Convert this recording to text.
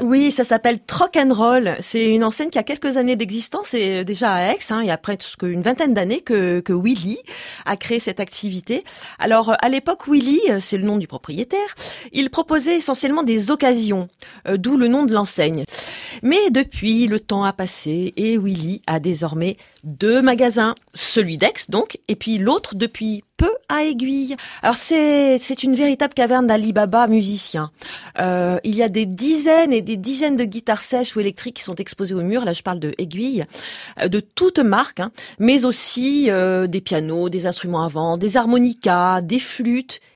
Oui, ça s'appelle Trock and Roll. C'est une enseigne qui a quelques années d'existence et déjà à Aix. Il y a presque une vingtaine d'années que Willy a créé cette activité. Alors, à l'époque, Willy, c'est le nom du propriétaire, il proposait essentiellement des occasions, d'où le nom de l'enseigne. Mais depuis, le temps a passé et Willy a désormais 2 magasins. Celui d'Aix, donc, et puis l'autre depuis peu à Aiguille. Alors c'est une véritable caverne d'Ali Baba musicien. Il y a des dizaines et des dizaines de guitares sèches ou électriques qui sont exposées au mur. Là, je parle de Aiguille, de toutes marques, mais aussi des pianos, des instruments à vent, des harmonicas, des flûtes